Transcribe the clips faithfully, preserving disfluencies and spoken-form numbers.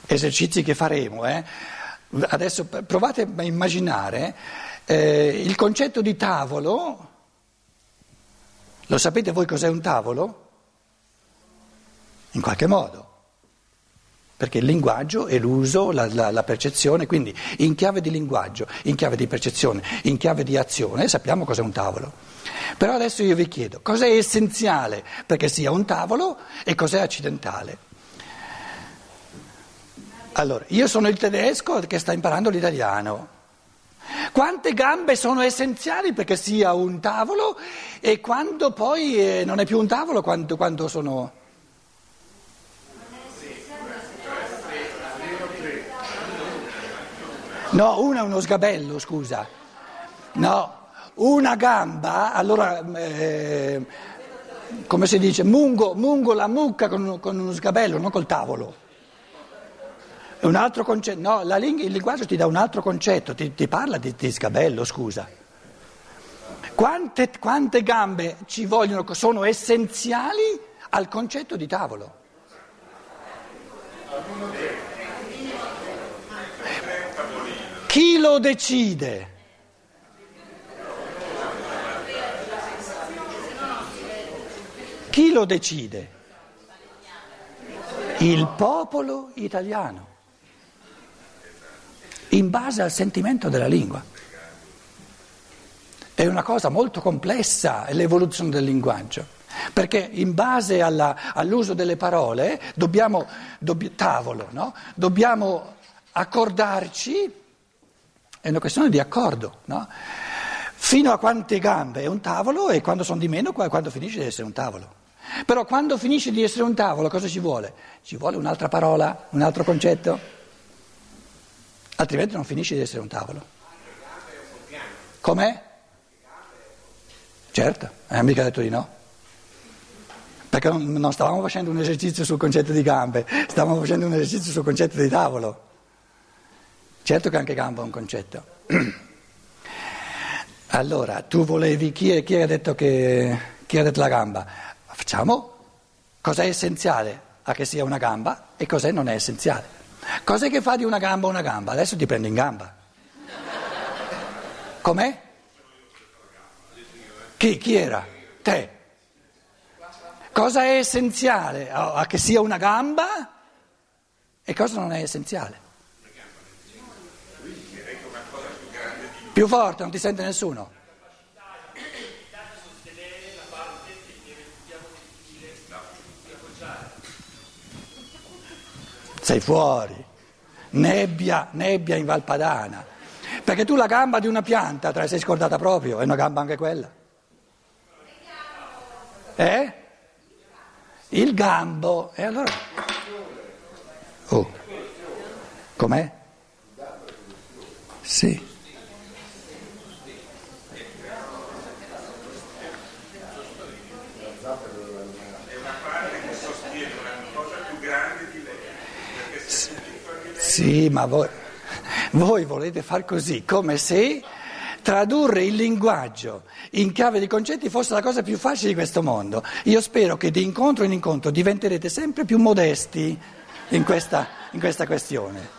esercizi che faremo, eh. Adesso provate a immaginare eh, il concetto di tavolo. Lo sapete voi cos'è un tavolo? In qualche modo. Perché il linguaggio è l'uso, la, la, la percezione, quindi in chiave di linguaggio, in chiave di percezione, in chiave di azione sappiamo cos'è un tavolo. Però adesso io vi chiedo cos'è essenziale perché sia un tavolo e cos'è accidentale. Allora, io sono il tedesco che sta imparando l'italiano. Quante gambe sono essenziali perché sia un tavolo e quando poi eh, non è più un tavolo, quando, quando sono... No, una è uno sgabello, scusa. No, una gamba, allora, eh, come si dice, mungo, mungo la mucca con, con uno sgabello, non col tavolo. È un altro concetto, no, la ling- il linguaggio ti dà un altro concetto, ti, ti parla di, di sgabello, scusa. Quante, quante gambe ci vogliono, sono essenziali al concetto di tavolo? Chi lo decide? Chi lo decide? Il popolo italiano, in base al sentimento della lingua. È una cosa molto complessa l'evoluzione del linguaggio, perché in base alla, all'uso delle parole dobbiamo, dobb- tavolo, no? Dobbiamo accordarci. È una questione di accordo, no? Fino a quante gambe è un tavolo e quando sono di meno, quando finisce di essere un tavolo. Però quando finisce di essere un tavolo cosa ci vuole? Ci vuole un'altra parola, un altro concetto? Altrimenti non finisce di essere un tavolo. Com'è? Certo, eh, mica detto di no. Perché non, non stavamo facendo un esercizio sul concetto di gambe, stavamo facendo un esercizio sul concetto di tavolo. Certo che anche gamba è un concetto. Allora, tu volevi, chi, è, chi ha detto che, chi ha detto la gamba? Facciamo cos'è essenziale a che sia una gamba e cos'è non è essenziale. Cos'è che fa di una gamba una gamba? Adesso ti prendo in gamba. Com'è? Chi, chi era? Te. Cosa è essenziale a, a che sia una gamba e cosa non è essenziale? Più forte, non ti sente nessuno. Sei fuori. Nebbia, nebbia in Valpadana. Perché tu la gamba di una pianta te la sei scordata proprio, è una gamba anche quella. Eh? Il gambo. E allora? Oh. Com'è? Sì. Sì, ma voi, voi volete far così, come se tradurre il linguaggio in chiave di concetti fosse la cosa più facile di questo mondo. Io spero che di incontro in incontro diventerete sempre più modesti in questa, in questa questione.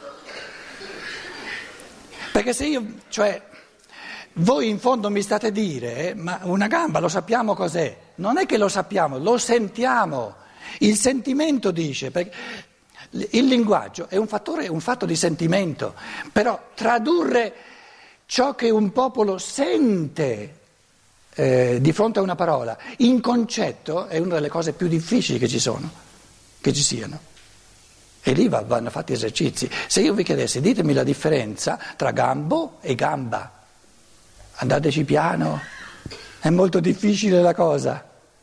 Perché se io, cioè, voi in fondo mi state a dire, eh, ma una gamba lo sappiamo cos'è? Non è che lo sappiamo, lo sentiamo. Il sentimento dice... Perché, il linguaggio è un fattore, un fatto di sentimento, però tradurre ciò che un popolo sente eh, di fronte a una parola in concetto è una delle cose più difficili che ci sono, che ci siano. E lì va, vanno fatti esercizi. Se io vi chiedessi, ditemi la differenza tra gambo e gamba, andateci piano, è molto difficile la cosa,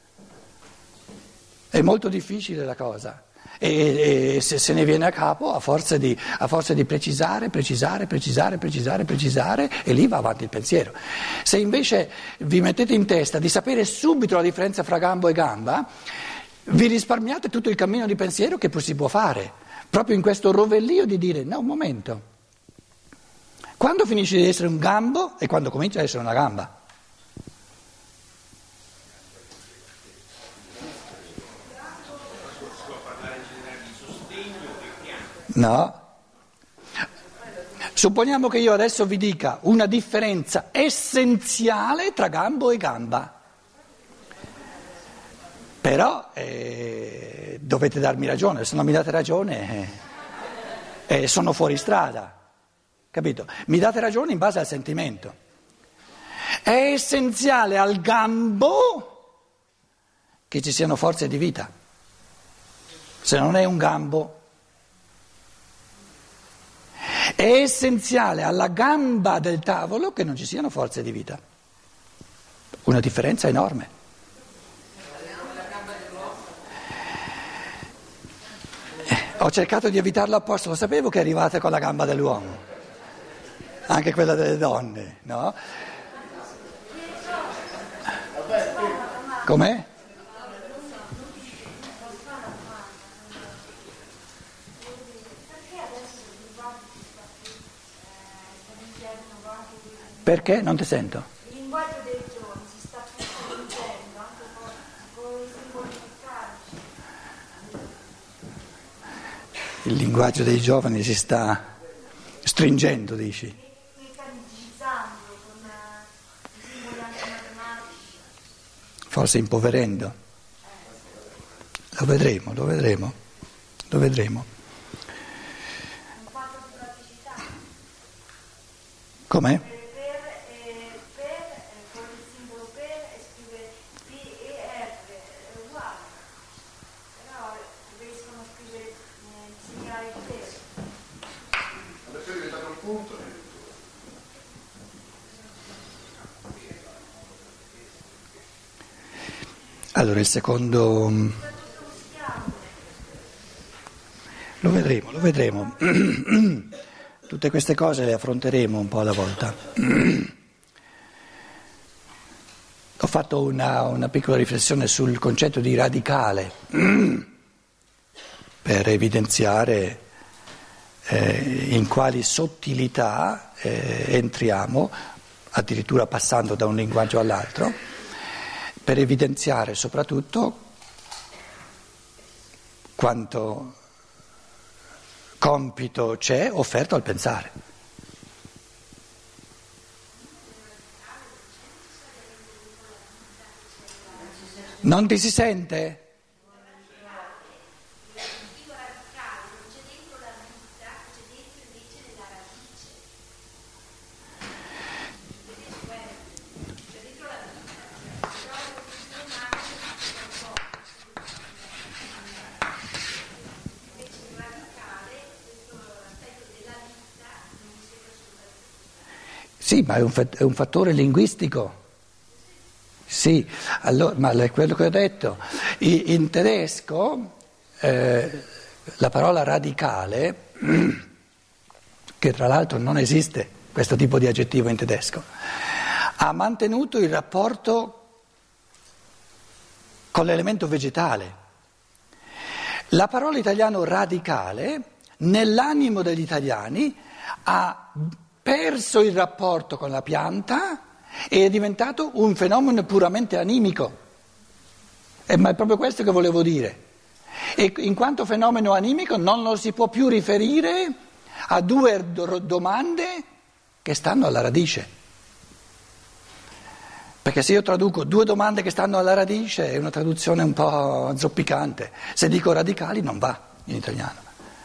è molto difficile la cosa. E, e se, se ne viene a capo a forza di, a forza di precisare, precisare, precisare, precisare, precisare e lì va avanti il pensiero. Se invece vi mettete in testa di sapere subito la differenza fra gambo e gamba, vi risparmiate tutto il cammino di pensiero che si può fare, proprio in questo rovellio di dire no, un momento, quando finisce di essere un gambo e quando comincia ad essere una gamba? No? Supponiamo che io adesso vi dica una differenza essenziale tra gambo e gamba, però eh, dovete darmi ragione, se non mi date ragione eh, eh, sono fuori strada, capito? Mi date ragione in base al sentimento. È essenziale al gambo che ci siano forze di vita, se non è un gambo. È essenziale alla gamba del tavolo che non ci siano forze di vita. Una differenza enorme. Eh, ho cercato di evitarlo apposta, lo sapevo che arrivate con la gamba dell'uomo, anche quella delle donne, no? Com'è? Perché? Non ti sento. Il linguaggio dei giorni si sta più stringendo anche con, con i simboli meccanici. Il linguaggio dei giovani si sta stringendo, dici? Meccanicizzando con uh, i simboli anche matematici. Forse impoverendo. Lo vedremo, lo vedremo, lo vedremo. Un fatto di praticità. Com'è? Allora il secondo, lo vedremo, lo vedremo, tutte queste cose le affronteremo un po' alla volta. Ho fatto una, una piccola riflessione sul concetto di radicale per evidenziare eh, in quali sottilità eh, entriamo, addirittura passando da un linguaggio all'altro, per evidenziare soprattutto quanto compito c'è offerto al pensare. Non ti si sente? Sì, ma è un, è un fattore linguistico. Sì, allora, ma è quello che ho detto. In tedesco eh, la parola radicale, che tra l'altro non esiste questo tipo di aggettivo in tedesco, ha mantenuto il rapporto con l'elemento vegetale. La parola italiano radicale, nell'animo degli italiani, ha perso il rapporto con la pianta e è diventato un fenomeno puramente animico. Eh, ma è proprio questo che volevo dire. E in quanto fenomeno animico non lo si può più riferire a due do- domande che stanno alla radice. Perché se io traduco due domande che stanno alla radice è una traduzione un po' zoppicante. Se dico radicali non va in italiano.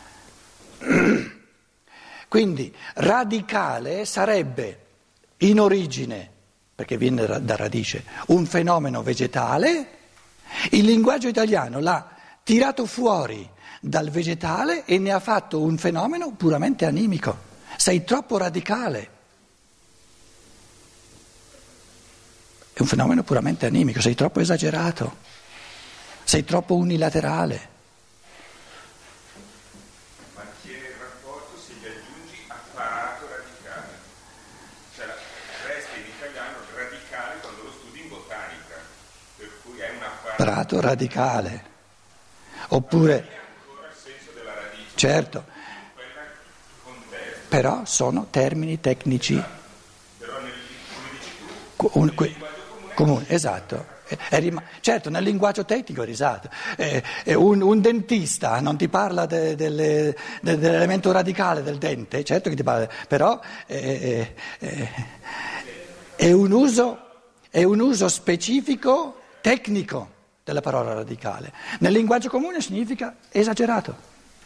Quindi radicale sarebbe in origine, perché viene da radice, un fenomeno vegetale. Il linguaggio italiano l'ha tirato fuori dal vegetale e ne ha fatto un fenomeno puramente animico. Sei troppo radicale. È un fenomeno puramente animico, sei troppo esagerato, sei troppo unilaterale. Mantiene il rapporto se gli aggiungi apparato radicale. Cioè resta in italiano radicale quando lo studi in botanica, per cui è un apparato. Apparato radicale. Oppure, ancora il senso della radice. certo, però sono termini tecnici. Però nel, come dici tu, Un, il que, linguaggio comune, comune, esatto, è rim- certo, nel linguaggio tecnico è risalto. Eh, eh, un, un dentista non ti parla de, de, de, de, dell'elemento radicale del dente, certo che ti parla, però eh, eh, è, un uso, è un uso specifico tecnico della parola radicale. Nel linguaggio comune significa esagerato.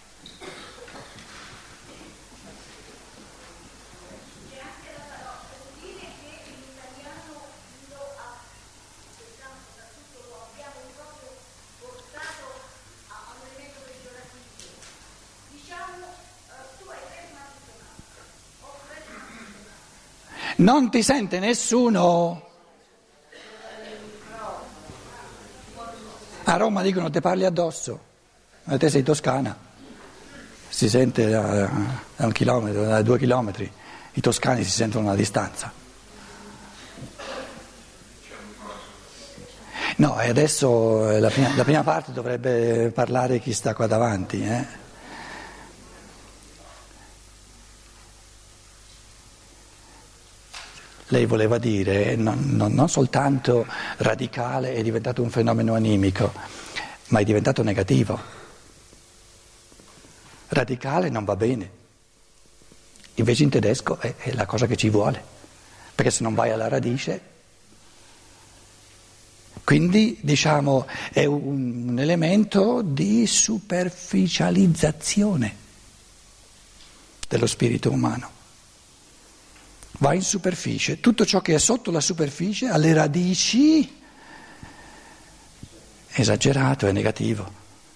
Non ti sente nessuno? A Roma dicono te parli addosso, ma te sei toscana, si sente da, da un chilometro, da due chilometri, i toscani si sentono a distanza. No, e adesso la prima, la prima parte dovrebbe parlare chi sta qua davanti, eh? Lei voleva dire non, non, non soltanto radicale è diventato un fenomeno animico, ma è diventato negativo. Radicale non va bene, invece in tedesco è, è la cosa che ci vuole, perché se non vai alla radice, quindi diciamo è un, un elemento di superficializzazione dello spirito umano. Va in superficie, tutto ciò che è sotto la superficie, alle radici, è esagerato, è negativo.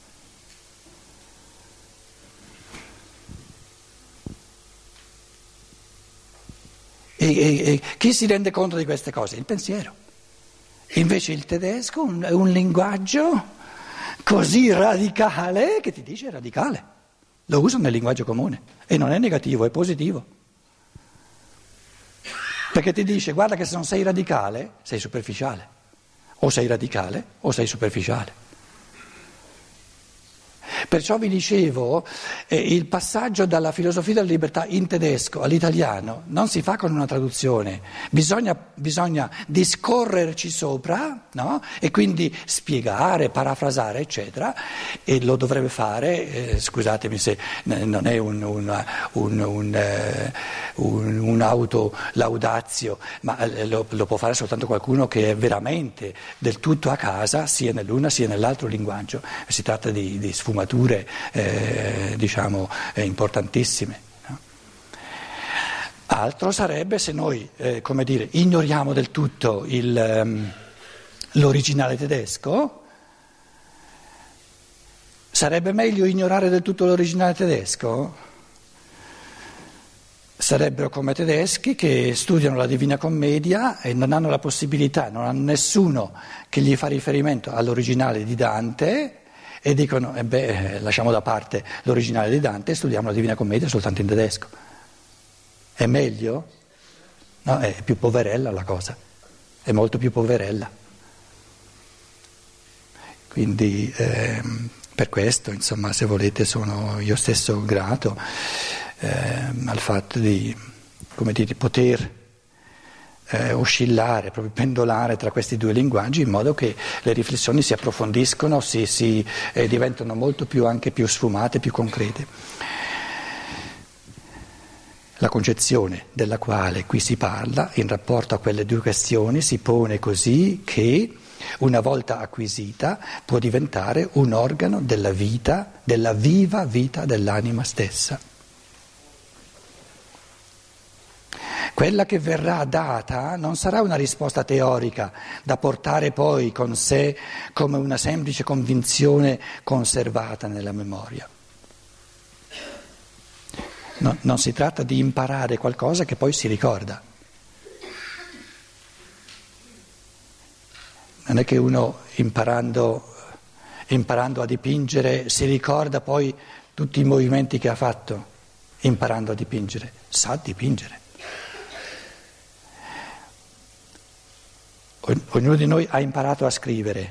E, e, e chi si rende conto di queste cose? Il pensiero. Invece il tedesco è un linguaggio così radicale che ti dice radicale. Lo usa nel linguaggio comune e non è negativo, è positivo. Perché ti dice, guarda che se non sei radicale, sei superficiale. O sei radicale o sei superficiale. Perciò vi dicevo, eh, il passaggio dalla filosofia della libertà in tedesco all'italiano non si fa con una traduzione, bisogna, bisogna discorrerci sopra, no? E quindi spiegare, parafrasare, eccetera, e lo dovrebbe fare, eh, scusatemi se non è un, un, un, un, eh, un, un autolaudazio, ma eh, lo, lo può fare soltanto qualcuno che è veramente del tutto a casa, sia nell'una sia nell'altro linguaggio. Si tratta di, di sfumature Eh, diciamo eh, importantissime, no? Altro sarebbe se noi eh, come dire, ignoriamo del tutto il, um, l'originale tedesco. Sarebbe meglio ignorare del tutto l'originale tedesco? Sarebbero come tedeschi che studiano la Divina Commedia e non hanno la possibilità, non hanno nessuno che gli fa riferimento all'originale di Dante e dicono, eh beh, lasciamo da parte l'originale di Dante e studiamo la Divina Commedia soltanto in tedesco. È meglio? No, è più poverella la cosa, è molto più poverella. Quindi ehm, per questo, insomma, se volete, sono io stesso grato ehm, al fatto di, come dire, poter Eh, oscillare, proprio pendolare tra questi due linguaggi in modo che le riflessioni si approfondiscono, si, si eh, diventano molto più, anche più sfumate, più concrete. La concezione della quale qui si parla in rapporto a quelle due questioni si pone così che una volta acquisita può diventare un organo della vita, della viva vita dell'anima stessa. Quella che verrà data non sarà una risposta teorica da portare poi con sé come una semplice convinzione conservata nella memoria. No, non si tratta di imparare qualcosa che poi si ricorda. Non è che uno imparando, imparando a dipingere si ricorda poi tutti i movimenti che ha fatto, imparando a dipingere, sa dipingere. Ognuno di noi ha imparato a scrivere,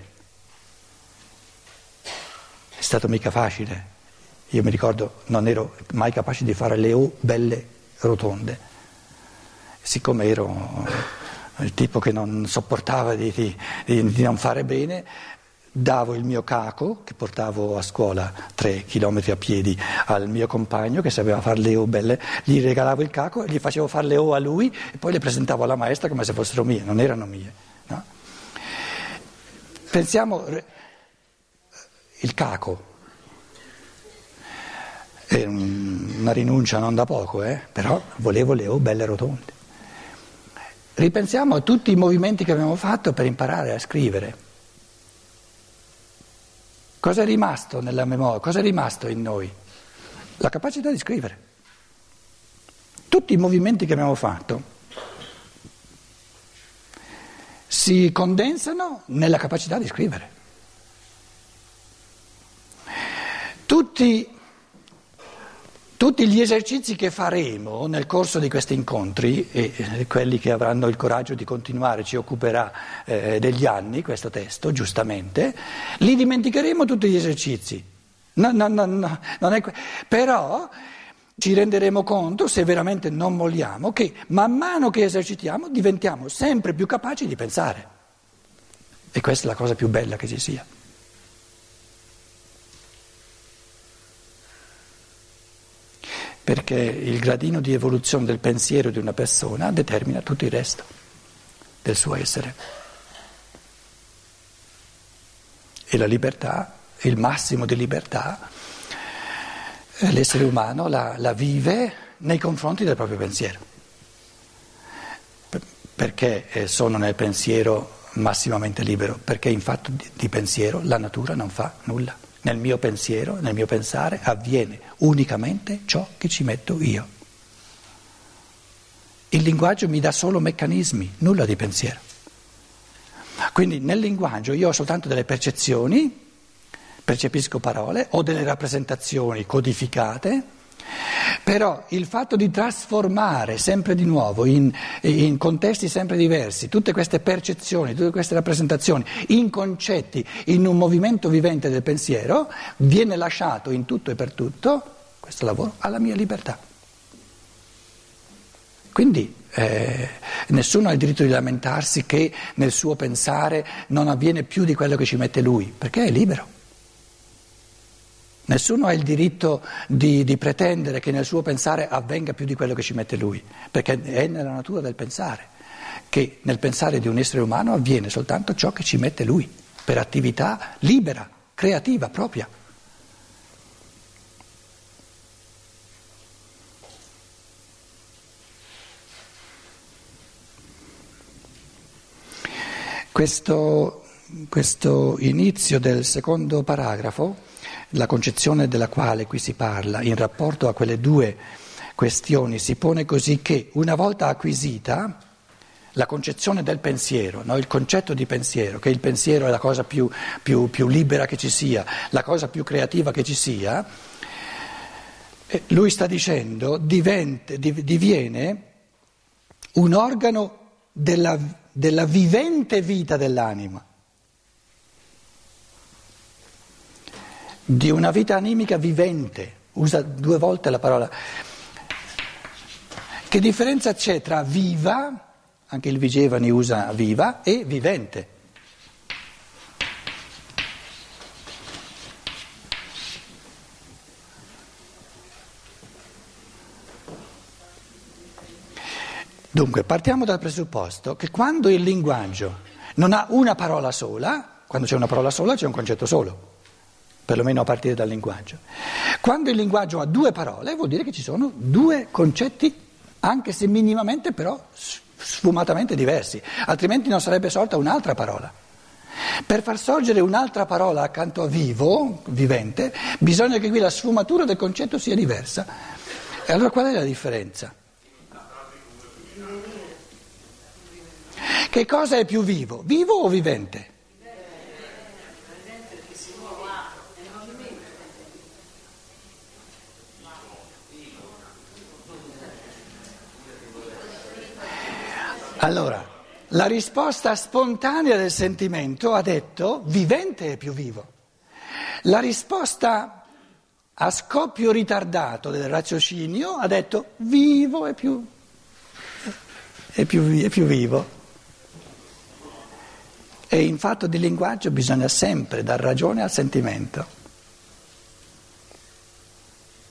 è stato mica facile, io mi ricordo non ero mai capace di fare le O belle rotonde, siccome ero il tipo che non sopportava di, di, di non fare bene, davo il mio caco, che portavo a scuola tre chilometri a piedi, al mio compagno che sapeva fare le O belle, gli regalavo il caco e gli facevo fare le O a lui e poi le presentavo alla maestra come se fossero mie, non erano mie. No? Pensiamo, il caco, è una rinuncia non da poco, eh? Però volevo le O belle rotonde. Ripensiamo a tutti i movimenti che abbiamo fatto per imparare a scrivere. Cosa è rimasto nella memoria? Cosa è rimasto in noi? La capacità di scrivere. Tutti i movimenti che abbiamo fatto si condensano nella capacità di scrivere. Tutti Tutti gli esercizi che faremo nel corso di questi incontri, e quelli che avranno il coraggio di continuare, ci occuperà eh, degli anni questo testo, giustamente, li dimenticheremo tutti gli esercizi. No, no, no, no, non è que- Però ci renderemo conto, se veramente non molliamo, che man mano che esercitiamo diventiamo sempre più capaci di pensare. E questa è la cosa più bella che ci sia. Perché il gradino di evoluzione del pensiero di una persona determina tutto il resto del suo essere. E la libertà, il massimo di libertà, l'essere umano la, la vive nei confronti del proprio pensiero. Perché sono nel pensiero massimamente libero? Perché in fatto di, di pensiero la natura non fa nulla. Nel mio pensiero, nel mio pensare, avviene unicamente ciò che ci metto io. Il linguaggio mi dà solo meccanismi, nulla di pensiero. Quindi nel linguaggio io ho soltanto delle percezioni, percepisco parole, ho delle rappresentazioni codificate, però il fatto di trasformare sempre di nuovo in, in contesti sempre diversi tutte queste percezioni, tutte queste rappresentazioni in concetti, in un movimento vivente del pensiero, viene lasciato in tutto e per tutto, questo lavoro, alla mia libertà. Quindi eh, nessuno ha il diritto di lamentarsi che nel suo pensare non avviene più di quello che ci mette lui, perché è libero. Nessuno ha il diritto di, di pretendere che nel suo pensare avvenga più di quello che ci mette lui, perché è nella natura del pensare, che nel pensare di un essere umano avviene soltanto ciò che ci mette lui, per attività libera, creativa, propria. Questo, questo inizio del secondo paragrafo, la concezione della quale qui si parla in rapporto a quelle due questioni, si pone così che una volta acquisita la concezione del pensiero, no? Il concetto di pensiero, che il pensiero è la cosa più, più, più libera che ci sia, la cosa più creativa che ci sia, lui sta dicendo diventa, diviene un organo della, della vivente vita dell'anima. Di una vita animica vivente, usa due volte la parola. Che differenza c'è tra viva, anche il Vigevani usa viva, e vivente? Dunque, partiamo dal presupposto che quando il linguaggio non ha una parola sola, quando c'è una parola sola c'è un concetto solo. Perlomeno a partire dal linguaggio. Quando il linguaggio ha due parole vuol dire che ci sono due concetti, anche se minimamente però sfumatamente diversi, altrimenti non sarebbe sorta un'altra parola. Per far sorgere un'altra parola accanto a vivo, vivente, bisogna che qui la sfumatura del concetto sia diversa. E allora qual è la differenza? Che cosa è più vivo? Vivo o vivente? Allora, la risposta spontanea del sentimento ha detto vivente è più vivo. La risposta a scoppio ritardato del raziocinio ha detto vivo è più, è più, è più vivo. E in fatto di linguaggio bisogna sempre dar ragione al sentimento.